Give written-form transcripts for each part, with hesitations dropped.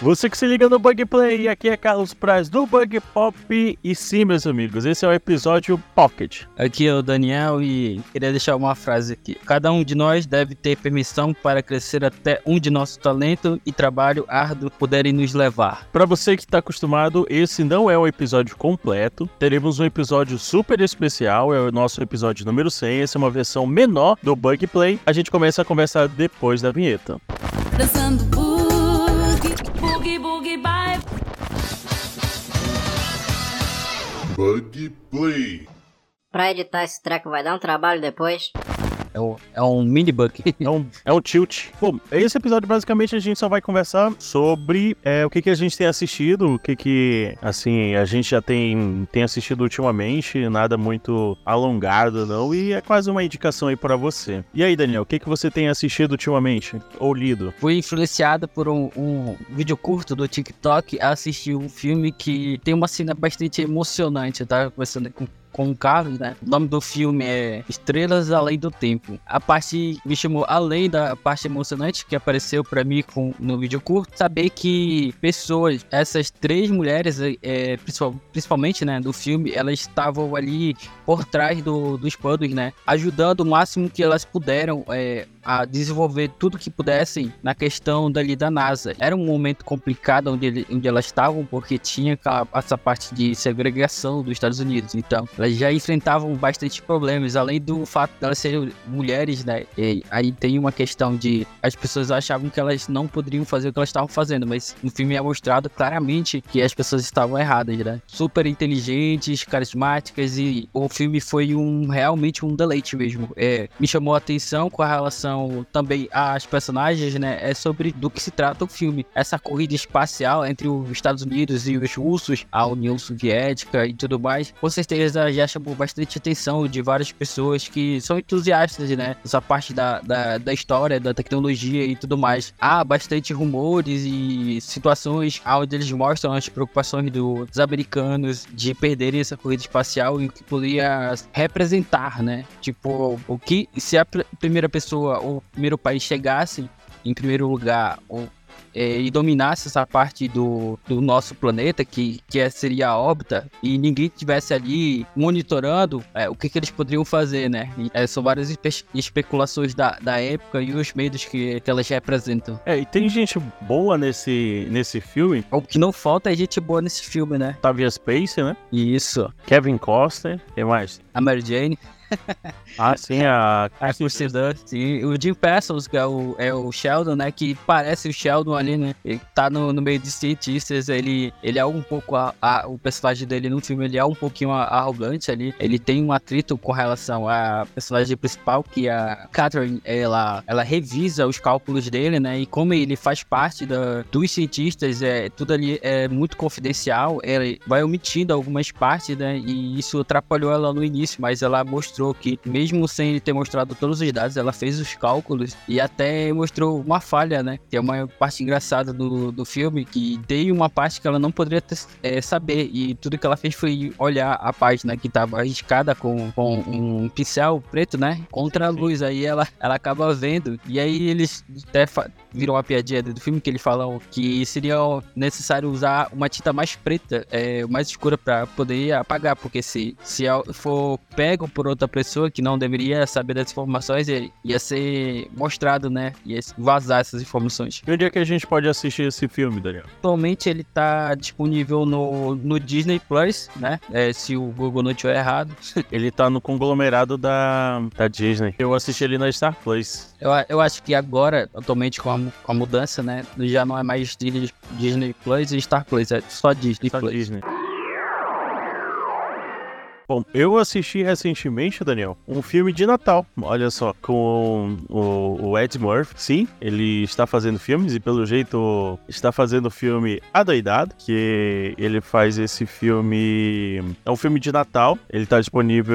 Você que se liga no Bug Play, aqui é Carlos Praz do Bug Pop. E sim, meus amigos, esse é o episódio Pocket. Aqui é o Daniel e queria deixar uma frase aqui. Cada um de nós deve ter permissão para crescer até onde nosso talento e trabalho árduo puderem nos levar. Para você que está acostumado, esse não é um episódio completo. Teremos um episódio super especial, é o nosso episódio número 100. Essa é uma versão menor do Bug Play. A gente começa a conversar depois da vinheta. Dançando boogie, boogie, boogie, bye. Bug Play. Pra editar esse treco vai dar um trabalho depois. É um mini bug. É um tilt. Bom, esse episódio basicamente a gente só vai conversar sobre o que a gente tem assistido, o que assim, a gente já tem assistido ultimamente, nada muito alongado não, e é quase uma indicação aí pra você. E aí, Daniel, o que você tem assistido ultimamente, ou lido? Fui influenciado por um vídeo curto do TikTok a assistir um filme que tem uma cena bastante emocionante. Eu tava conversando com o Carlos, né? O nome do filme é Estrelas Além do Tempo. A parte me chamou, além da parte emocionante que apareceu pra mim no vídeo curto, saber que pessoas, essas três mulheres, principalmente, né, do filme, elas estavam ali por trás dos panos, né? Ajudando o máximo que elas puderam a desenvolver tudo que pudessem na questão dali da NASA. Era um momento complicado onde elas estavam, porque tinha essa parte de segregação dos Estados Unidos. Então, elas já enfrentavam bastante problemas, além do fato de elas serem mulheres, né? E aí tem uma questão de as pessoas achavam que elas não poderiam fazer o que elas estavam fazendo, mas no filme é mostrado claramente que as pessoas estavam erradas, né? Super inteligentes, carismáticas, e o filme foi realmente um deleite mesmo. Me chamou a atenção com a relação também às personagens, né? É sobre do que se trata o filme. Essa corrida espacial entre os Estados Unidos e os russos, a União Soviética e tudo mais, com certeza já chamou bastante atenção de várias pessoas que são entusiastas, né? Essa parte da história, da tecnologia e tudo mais. Há bastante rumores e situações onde eles mostram as preocupações dos americanos de perderem essa corrida espacial e o que poderia representar, né? Tipo, o que se a primeira pessoa ou o primeiro país chegasse em primeiro lugar e dominasse essa parte do nosso planeta, que seria a órbita, e ninguém estivesse ali monitorando o que eles poderiam fazer, né? São várias especulações da época e os medos que elas representam. E tem gente boa nesse filme. O que não falta é gente boa nesse filme, né? Octavia Spencer, né? Isso. Kevin Costner, quem mais? A Mary Jane. Ah, sim, a Kirsten Dunst, sim. O Jim Parsons, que é o Sheldon, né? Que parece o Sheldon ali, né? Ele tá no meio de cientistas, ele é um pouco o personagem dele no filme, ele é um pouquinho arrogante ali. Ele tem um atrito com relação à personagem principal, que a Catherine, ela revisa os cálculos dele, né? E como ele faz parte dos cientistas, tudo ali é muito confidencial, ele vai omitindo algumas partes, né? E isso atrapalhou ela no início, mas ela mostrou que, mesmo sem ele ter mostrado todos os dados, ela fez os cálculos e até mostrou uma falha, né? Que é uma parte engraçada do filme, que tem uma parte que ela não poderia saber, e tudo que ela fez foi olhar a página que estava arriscada com um pincel preto, né? Contra a luz, aí ela acaba vendo, e aí eles até viram uma piadinha do filme que eles falam que seria necessário usar uma tinta mais preta, mais escura, para poder apagar, porque se for pego por outra pessoa que não deveria saber das informações, ia ser mostrado, né? Ia vazar essas informações. E onde é que a gente pode assistir esse filme, Daniel? Atualmente ele tá disponível no Disney Plus, né? Se o Google não tiver errado. Ele tá no conglomerado da Disney. Eu assisti ele na Star Plus. Eu acho que agora, atualmente, com a mudança, né? Já não é mais Disney Plus e Star Plus, é só Disney Plus. Disney. Bom, eu assisti recentemente, Daniel, um filme de Natal, olha só, com o Ed Murphy. Sim, ele está fazendo filmes e pelo jeito está fazendo o filme Adoidado, que ele faz esse filme, é um filme de Natal, ele está disponível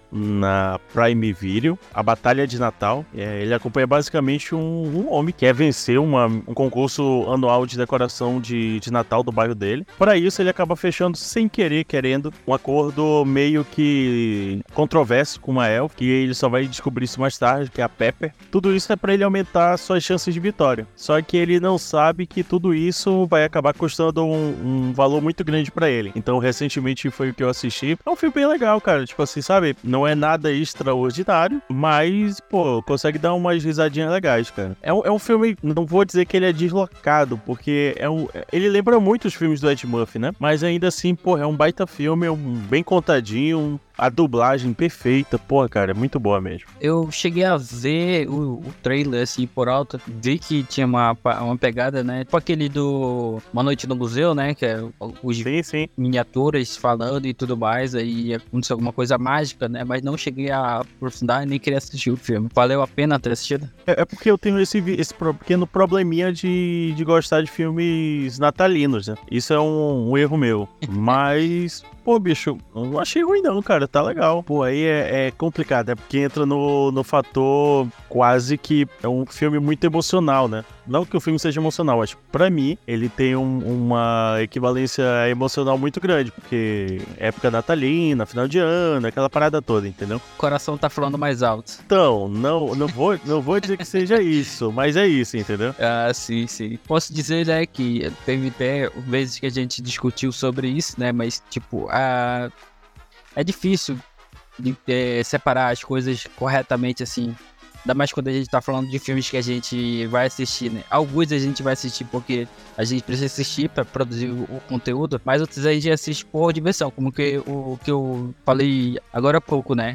na Prime Video, A Batalha de Natal. Ele acompanha basicamente um homem que quer vencer um concurso anual de decoração de Natal do bairro dele. Para isso, ele acaba fechando sem querer, querendo, um acordo meio que controverso com uma elfa, que ele só vai descobrir isso mais tarde, que é a Pepper. Tudo isso é para ele aumentar suas chances de vitória. Só que ele não sabe que tudo isso vai acabar custando um valor muito grande para ele. Então, recentemente foi o que eu assisti. É um filme bem legal, cara. Tipo assim, sabe? Não é nada extraordinário, mas, pô, consegue dar umas risadinhas legais, cara. É um filme, não vou dizer que ele é deslocado, porque ele lembra muito os filmes do Ed Murphy, né? Mas ainda assim, pô, é um baita filme, bem contadinho, a dublagem perfeita, pô, cara, é muito boa mesmo. Eu cheguei a ver o trailer, assim, por alto, vi que tinha uma pegada, né? Tipo aquele do Uma Noite no Museu, né? Que é os Sim. miniaturas falando e tudo mais, aí aconteceu alguma coisa mágica, né? Mas não cheguei a aprofundar e nem queria assistir o filme. Valeu a pena ter assistido? É porque eu tenho esse pequeno probleminha de gostar de filmes natalinos, né? Isso é um erro meu. Mas, pô, bicho, não achei ruim não, cara. Tá legal. Pô, aí é complicado. É porque entra no fator quase que é um filme muito emocional, né? Não que o filme seja emocional, mas pra mim, ele tem uma equivalência emocional muito grande. Porque é época natalina, final de ano, aquela parada toda, entendeu? O coração tá falando mais alto. Então, não vou dizer que seja isso, mas é isso, entendeu? Ah, sim. Posso dizer, né, que teve até vezes que a gente discutiu sobre isso, né, mas, tipo, é difícil de separar as coisas corretamente, assim. Ainda mais quando a gente tá falando de filmes que a gente vai assistir, né? Alguns a gente vai assistir porque a gente precisa assistir pra produzir o conteúdo, mas outros a gente assiste por diversão, como o que eu falei agora há pouco, né?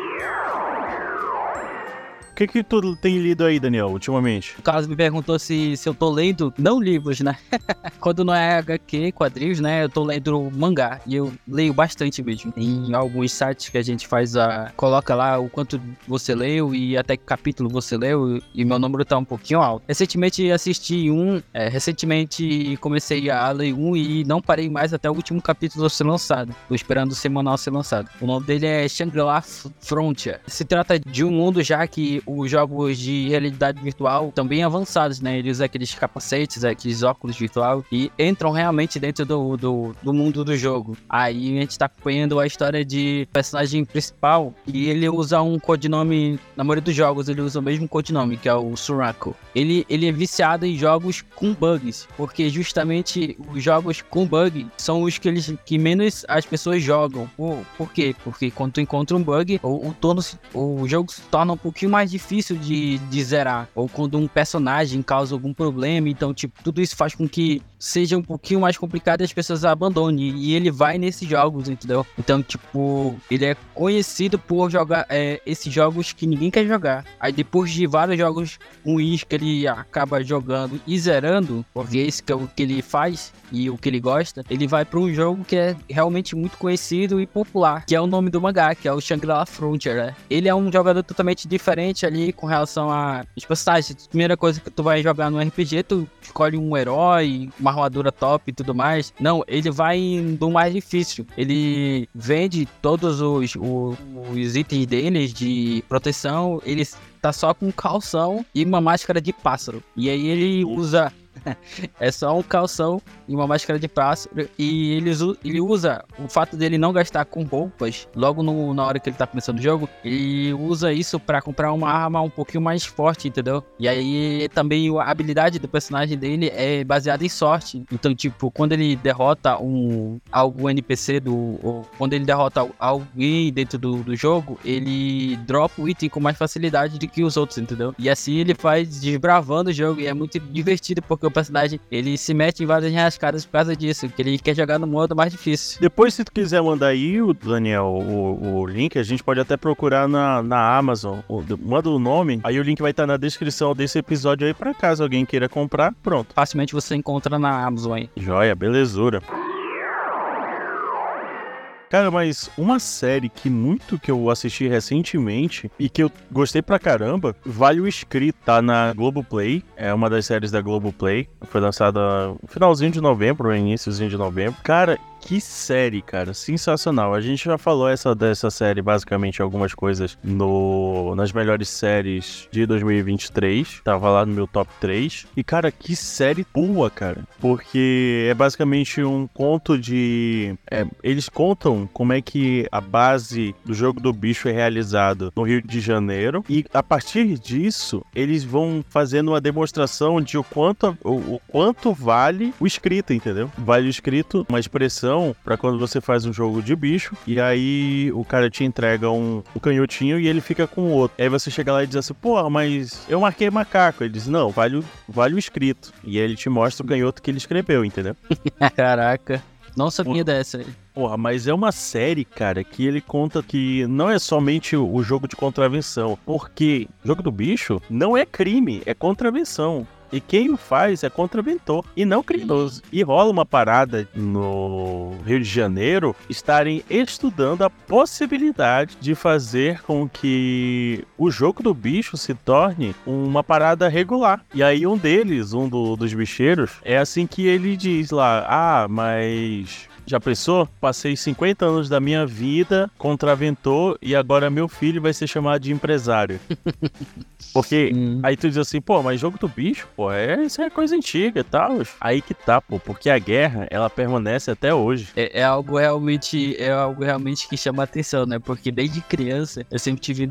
O que tu tem lido aí, Daniel, ultimamente? O Carlos me perguntou se eu tô lendo, não livros, né? Quando não é HQ, quadrinhos, né? Eu tô lendo mangá. E eu leio bastante mesmo. Em alguns sites que a gente coloca lá o quanto você leu e até que capítulo você leu. E meu número tá um pouquinho alto. Recentemente assisti recentemente comecei a ler e não parei mais até o último capítulo ser lançado. Tô esperando o semanal ser lançado. O nome dele é Shangri-La Frontier. Se trata de um mundo já que os jogos de realidade virtual estão bem avançados, né? Eles usam aqueles capacetes, aqueles óculos virtual e entram realmente dentro do mundo do jogo. Aí a gente tá acompanhando a história de personagem principal e ele usa um codinome, na maioria dos jogos ele usa o mesmo codinome, que é o Surako. Ele é viciado em jogos com bugs, porque justamente os jogos com bug são os que menos as pessoas jogam. Por quê? Porque quando tu encontra um bug, o jogo se torna um pouquinho mais difícil de zerar, ou quando um personagem causa algum problema, então tipo, tudo isso faz com que seja um pouquinho mais complicado e as pessoas abandonem, e ele vai nesses jogos, entendeu? Então tipo, ele é conhecido por jogar esses jogos que ninguém quer jogar. Aí depois de vários jogos ruins que ele acaba jogando e zerando, porque esse que é o que ele faz e o que ele gosta, ele vai para um jogo que é realmente muito conhecido e popular, que é o nome do mangá, que é o Shangri-La Frontier, né? Ele é um jogador totalmente diferente ali com relação a personagens. Primeira coisa que tu vai jogar no RPG, tu escolhe um herói, uma armadura top e tudo mais. Não, ele vai do mais difícil. Ele vende todos os itens deles de proteção, ele tá só com calção e uma máscara de pássaro. E aí ele usa é só um calção e uma máscara de pássaro. E ele usa o fato dele não gastar com roupas logo na hora que ele tá começando o jogo. Ele usa isso pra comprar uma arma um pouquinho mais forte, entendeu? E aí também a habilidade do personagem dele é baseada em sorte. Então, tipo, quando ele derrota algum NPC ou quando ele derrota alguém dentro do jogo, ele dropa o item com mais facilidade do que os outros, entendeu? E assim ele faz desbravando o jogo. E é muito divertido porque o personagem, ele se mete em várias enrascadas por causa disso, que ele quer jogar no modo mais difícil. Depois, se tu quiser mandar aí, Daniel, o link, a gente pode até procurar na Amazon. Manda o nome, aí o link vai estar na descrição desse episódio aí, pra caso alguém queira comprar, pronto. Facilmente você encontra na Amazon aí. Joia, belezura. Cara, mas uma série que eu assisti recentemente e que eu gostei pra caramba, Vale o Escrito, tá na Globoplay, é uma das séries da Globoplay, foi lançada no finalzinho de novembro, iníciozinho de novembro. Cara, que série, cara, sensacional. A gente já falou dessa série, basicamente, algumas coisas nas melhores séries de 2023. Tava lá no meu top 3. E, cara, que série boa, cara. Porque é basicamente um conto eles contam como é que a base do jogo do bicho é realizado no Rio de Janeiro. E, a partir disso, eles vão fazendo uma demonstração de o quanto vale o escrito, entendeu? Vale o escrito, uma expressão pra quando você faz um jogo de bicho, e aí o cara te entrega um canhotinho e ele fica com o outro. Aí você chega lá e diz assim, pô, mas eu marquei macaco. Ele diz, não, vale o escrito. E aí ele te mostra o canhoto que ele escreveu, entendeu? Caraca, não sabia dessa aí. Porra, mas é uma série, cara, que ele conta que não é somente o jogo de contravenção, porque o jogo do bicho não é crime, é contravenção. E quem o faz é contraventor e não criminoso. E rola uma parada no Rio de Janeiro estarem estudando a possibilidade de fazer com que o jogo do bicho se torne uma parada regular. E aí um dos bicheiros, é assim que ele diz lá, mas... Já pensou? Passei 50 anos da minha vida contraventor e agora meu filho vai ser chamado de empresário. Porque aí tu diz assim, pô, mas jogo do bicho, pô, isso é coisa antiga e tal. Aí que tá, pô, porque a guerra, ela permanece até hoje. É algo realmente que chama atenção, né? Porque desde criança eu sempre tive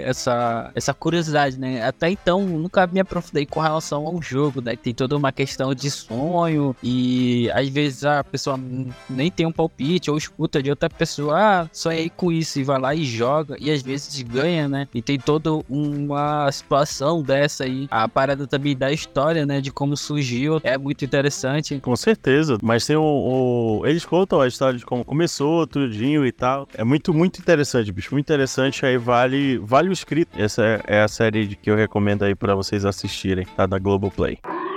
essa curiosidade, né? Até então nunca me aprofundei com relação ao jogo, né? Tem toda uma questão de sonho e às vezes a pessoa nem tem um palpite ou escuta de outra pessoa, sonhei com isso, e vai lá e joga, e às vezes ganha, né? E tem toda uma situação dessa aí. A parada também da história, né? De como surgiu, é muito interessante. Com certeza, mas tem eles contam a história de como começou, tudinho e tal. É muito, muito interessante, bicho, muito interessante, aí vale o escrito. Essa é a série que eu recomendo aí pra vocês assistirem, tá? Da Globoplay.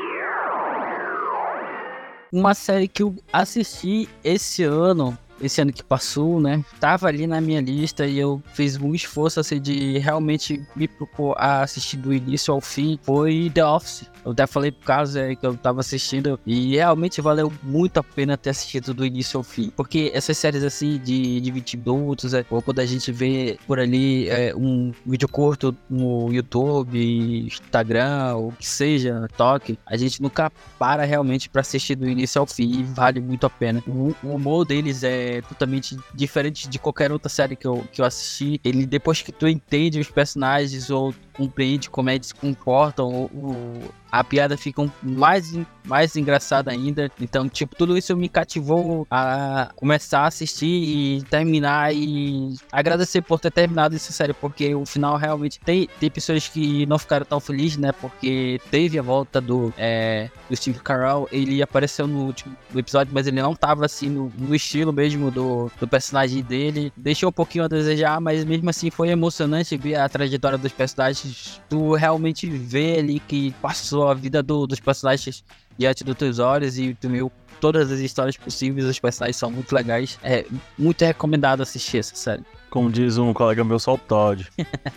Uma série que eu assisti esse ano que passou, né? Tava ali na minha lista e eu fiz um esforço assim de realmente me propor a assistir do início ao fim. Foi The Office. Eu até falei por causa que eu tava assistindo e realmente valeu muito a pena ter assistido do início ao fim. Porque essas séries assim de 20 minutos, ou quando a gente vê por ali um vídeo curto no YouTube, Instagram, ou que seja, TikTok, a gente nunca para realmente pra assistir do início ao fim e vale muito a pena. O humor deles é totalmente diferente de qualquer outra série que eu assisti. Ele, depois que tu entende os personagens ou compreende como eles se comportam, a piada fica mais engraçada ainda. Então, tipo, tudo isso me cativou a começar a assistir e terminar e agradecer por ter terminado essa série, porque o final realmente tem pessoas que não ficaram tão felizes, né? Porque teve a volta do Steve Carell, ele apareceu no último episódio, mas ele não tava assim no estilo mesmo do personagem dele. Deixou um pouquinho a desejar, mas mesmo assim foi emocionante ver a trajetória dos personagens. Tu realmente vê ali que passou a vida dos personagens diante dos teus olhos e tu viu todas as histórias possíveis. Os personagens são muito legais. É muito recomendado assistir essa série. Como diz um colega meu, só o Todd.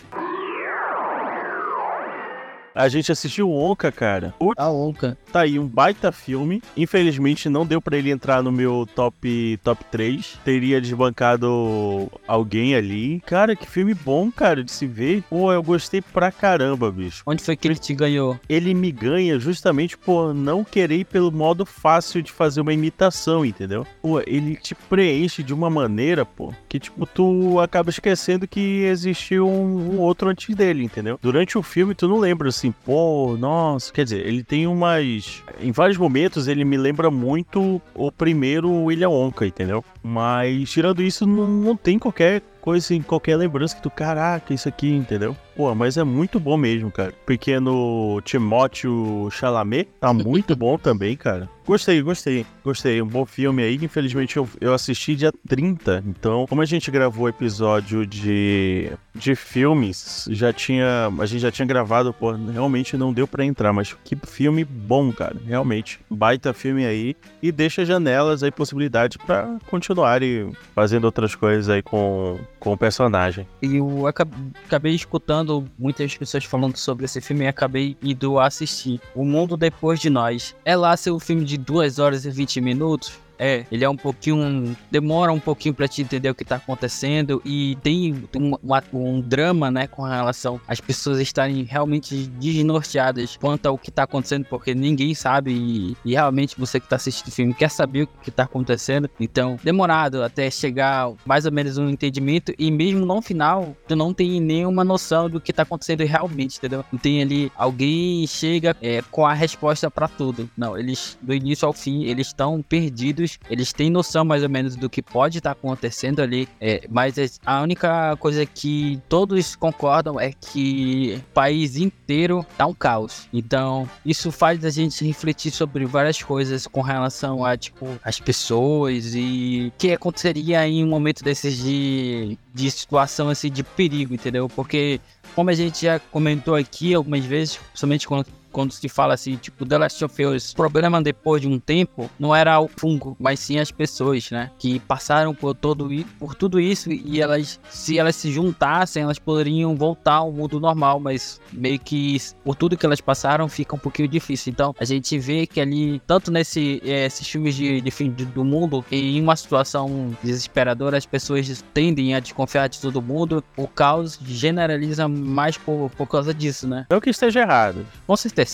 A gente assistiu Wonka, cara. A Wonka. Tá aí, um baita filme. Infelizmente não deu pra ele entrar no meu top 3. Teria desbancado alguém ali. Cara, que filme bom, cara, de se ver. Pô, eu gostei pra caramba, bicho. Onde foi que ele te ganhou? Ele me ganha justamente por não querer ir pelo modo fácil de fazer uma imitação, entendeu? Pô, ele te preenche de uma maneira, pô, que tipo, tu acaba esquecendo que existiu um outro antes dele, entendeu? Durante o filme tu não lembra assim, pô, nossa, quer dizer, ele tem em vários momentos ele me lembra muito o primeiro William Wonka, entendeu? Mas tirando isso, não tem qualquer coisa assim, qualquer lembrança que tu, caraca, isso aqui, entendeu? Pô, mas é muito bom mesmo, cara. Pequeno Timothée Chalamet tá muito bom também, cara. Gostei. Um bom filme aí. Infelizmente eu assisti dia 30. Então, como a gente gravou o episódio de filmes, a gente já tinha gravado, pô, realmente não deu pra entrar. Mas que filme bom, cara. Realmente. Baita filme aí. E deixa janelas aí, possibilidades pra continuarem fazendo outras coisas aí com o personagem. E eu acabei escutando muitas pessoas falando sobre esse filme e acabei indo assistir. O Mundo Depois de Nós. É lá seu filme de 2 horas e 20 minutos. Ele é um pouquinho... Demora um pouquinho pra te entender o que tá acontecendo e tem um drama, né, com relação às pessoas estarem realmente desnorteadas quanto ao que tá acontecendo, porque ninguém sabe e realmente você que tá assistindo o filme quer saber o que tá acontecendo. Então, demorado até chegar mais ou menos um entendimento e mesmo no final, tu não tem nenhuma noção do que tá acontecendo realmente, entendeu? Não tem ali, alguém chega com a resposta pra tudo. Não, eles, do início ao fim, eles estão perdidos, eles têm noção mais ou menos do que pode estar acontecendo ali, mas a única coisa que todos concordam é que o país inteiro tá um caos. Então, isso faz a gente refletir sobre várias coisas com relação a, tipo, as pessoas e o que aconteceria em um momento desses de situação, assim, de perigo, entendeu? Porque, como a gente já comentou aqui algumas vezes, principalmente quando se fala assim, tipo, The Last of Us, o problema depois de um tempo não era o fungo, mas sim as pessoas, né? Que passaram por tudo isso e se elas se juntassem, elas poderiam voltar ao mundo normal, mas meio que por tudo que elas passaram fica um pouquinho difícil. Então a gente vê que ali, tanto esses filmes de fim do mundo, em uma situação desesperadora, as pessoas tendem a desconfiar de todo mundo. O caos generaliza mais por causa disso, né? Não que esteja errado. Com certeza.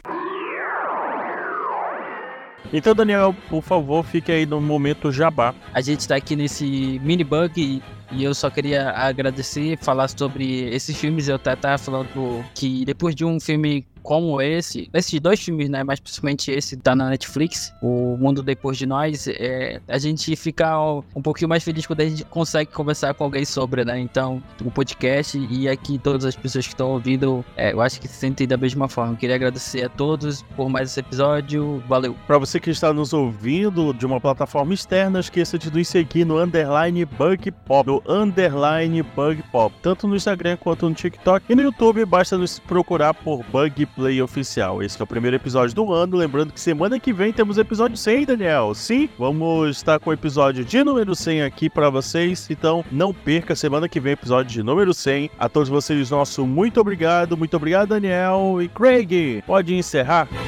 Então, Daniel, por favor, fique aí no momento jabá. A gente tá aqui nesse mini bug e eu só queria agradecer e falar sobre esses filmes. Eu até tava falando que depois de um filme como esses dois filmes, né, mas principalmente esse tá na Netflix, O Mundo Depois de Nós, a gente fica um pouquinho mais feliz quando a gente consegue conversar com alguém sobre, né, então o podcast e aqui todas as pessoas que estão ouvindo, eu acho que se sentem da mesma forma. Eu queria agradecer a todos por mais esse episódio, valeu. Pra você que está nos ouvindo de uma plataforma externa, não esqueça de nos seguir no _BugPop, _BugPop, tanto no Instagram quanto no TikTok e no YouTube, basta nos procurar por Bug Play Oficial. Esse é o primeiro episódio do ano, lembrando que semana que vem temos episódio 100, Daniel. Sim, vamos estar com o episódio de número 100 aqui pra vocês, então não perca, semana que vem episódio de número 100. A todos vocês, nosso muito obrigado, Daniel e Craig, pode encerrar.